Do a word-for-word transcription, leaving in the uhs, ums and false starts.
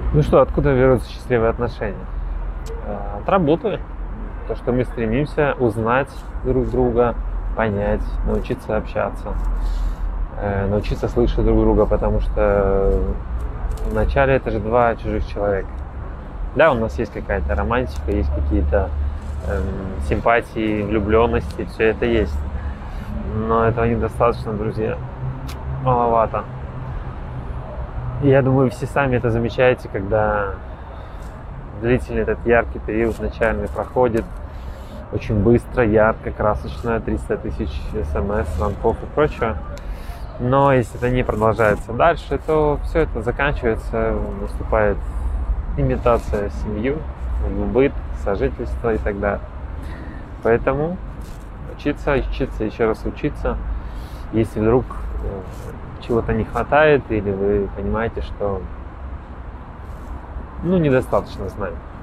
Ну что, откуда берутся счастливые отношения? От работы. То, что мы стремимся узнать друг друга, понять, научиться общаться, научиться слышать друг друга, потому что вначале это же два чужих человека. Да, у нас есть какая-то романтика, есть какие-то эм, симпатии, влюбленности, все это есть. Но этого недостаточно, друзья. Маловато. И я думаю, все сами это замечаете, когда длительный этот яркий период начальный проходит очень быстро, ярко, красочно, триста тысяч смс, звонков и прочего. Но если это не продолжается дальше, то все это заканчивается, наступает имитация семьи, быт, сожительство и так далее. Поэтому учиться, учиться, еще раз учиться. Если вдруг чего-то не хватает, или вы понимаете, что ну, недостаточно знаний.